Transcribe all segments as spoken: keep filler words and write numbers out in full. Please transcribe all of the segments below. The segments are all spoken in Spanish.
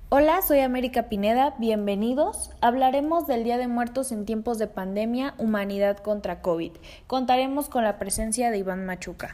Hola, soy América Pineda, bienvenidos. Hablaremos del Día de Muertos en tiempos de pandemia, Humanidad contra COVID. Contaremos con la presencia de Iván Machuca.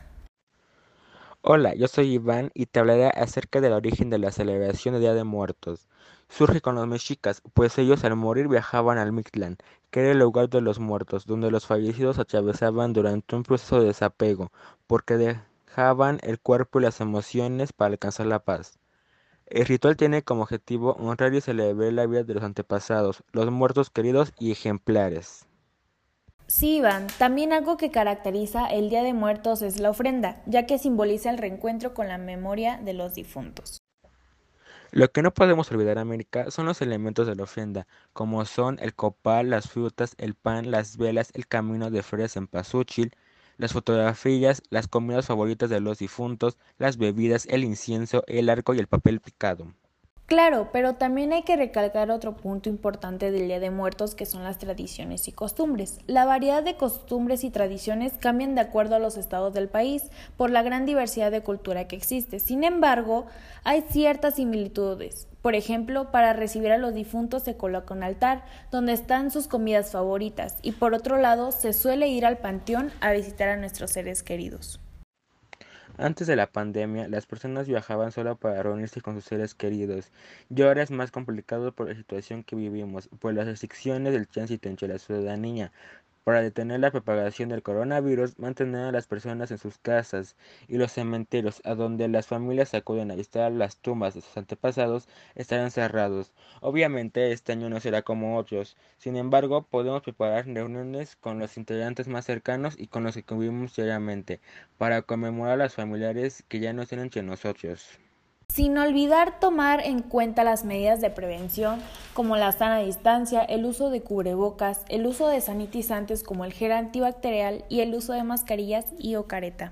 Hola, yo soy Iván y te hablaré acerca del origen de la celebración del Día de Muertos. Surge con los mexicas, pues ellos al morir viajaban al Mictlán, que era el lugar de los muertos, donde los fallecidos atravesaban durante un proceso de desapego, porque dejaban el cuerpo y las emociones para alcanzar la paz. El ritual tiene como objetivo honrar y celebrar la vida de los antepasados, los muertos queridos y ejemplares. Sí, Iván, también algo que caracteriza el Día de Muertos es la ofrenda, ya que simboliza el reencuentro con la memoria de los difuntos. Lo que no podemos olvidar, América, son los elementos de la ofrenda, como son el copal, las frutas, el pan, las velas, el camino de flores en pasuchil, las fotografías, las comidas favoritas de los difuntos, las bebidas, el incienso, el arco y el papel picado. Claro, pero también hay que recalcar otro punto importante del Día de Muertos que son las tradiciones y costumbres. La variedad de costumbres y tradiciones cambian de acuerdo a los estados del país por la gran diversidad de cultura que existe. Sin embargo, hay ciertas similitudes. Por ejemplo, para recibir a los difuntos se coloca un altar donde están sus comidas favoritas y por otro lado se suele ir al panteón a visitar a nuestros seres queridos. Antes de la pandemia, las personas viajaban solo para reunirse con sus seres queridos, y ahora es más complicado por la situación que vivimos, por las restricciones del tránsito entre la ciudadanía. Para detener la propagación del coronavirus, mantener a las personas en sus casas y los cementerios, a donde las familias acuden a visitar las tumbas de sus antepasados, estarán cerrados. Obviamente, este año no será como otros. Sin embargo, podemos preparar reuniones con los integrantes más cercanos y con los que convivimos diariamente, para conmemorar a los familiares que ya no estén entre nosotros. Sin olvidar tomar en cuenta las medidas de prevención como la sana distancia, el uso de cubrebocas, el uso de sanitizantes como el gel antibacterial y el uso de mascarillas y o careta.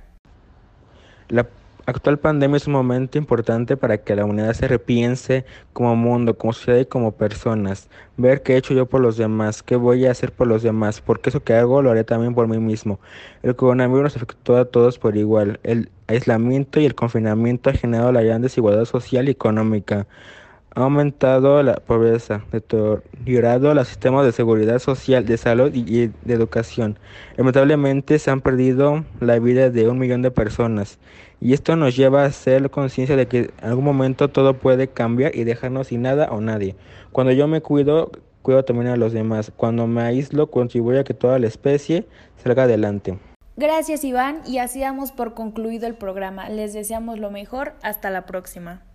La actual pandemia es un momento importante para que la humanidad se repiense como mundo, como sociedad y como personas. Ver qué he hecho yo por los demás, qué voy a hacer por los demás, porque eso que hago lo haré también por mí mismo. El coronavirus nos afectó a todos por igual. El aislamiento y el confinamiento ha generado la gran desigualdad social y económica. Ha aumentado la pobreza, deteriorado los sistemas de seguridad social, de salud y y de educación. Lamentablemente se han perdido la vida de un millón de personas y esto nos lleva a hacer conciencia de que en algún momento todo puede cambiar y dejarnos sin nada o nadie. Cuando yo me cuido, cuido también a los demás. Cuando me aíslo, contribuyo a que toda la especie salga adelante. Gracias Iván y así damos por concluido el programa. Les deseamos lo mejor. Hasta la próxima.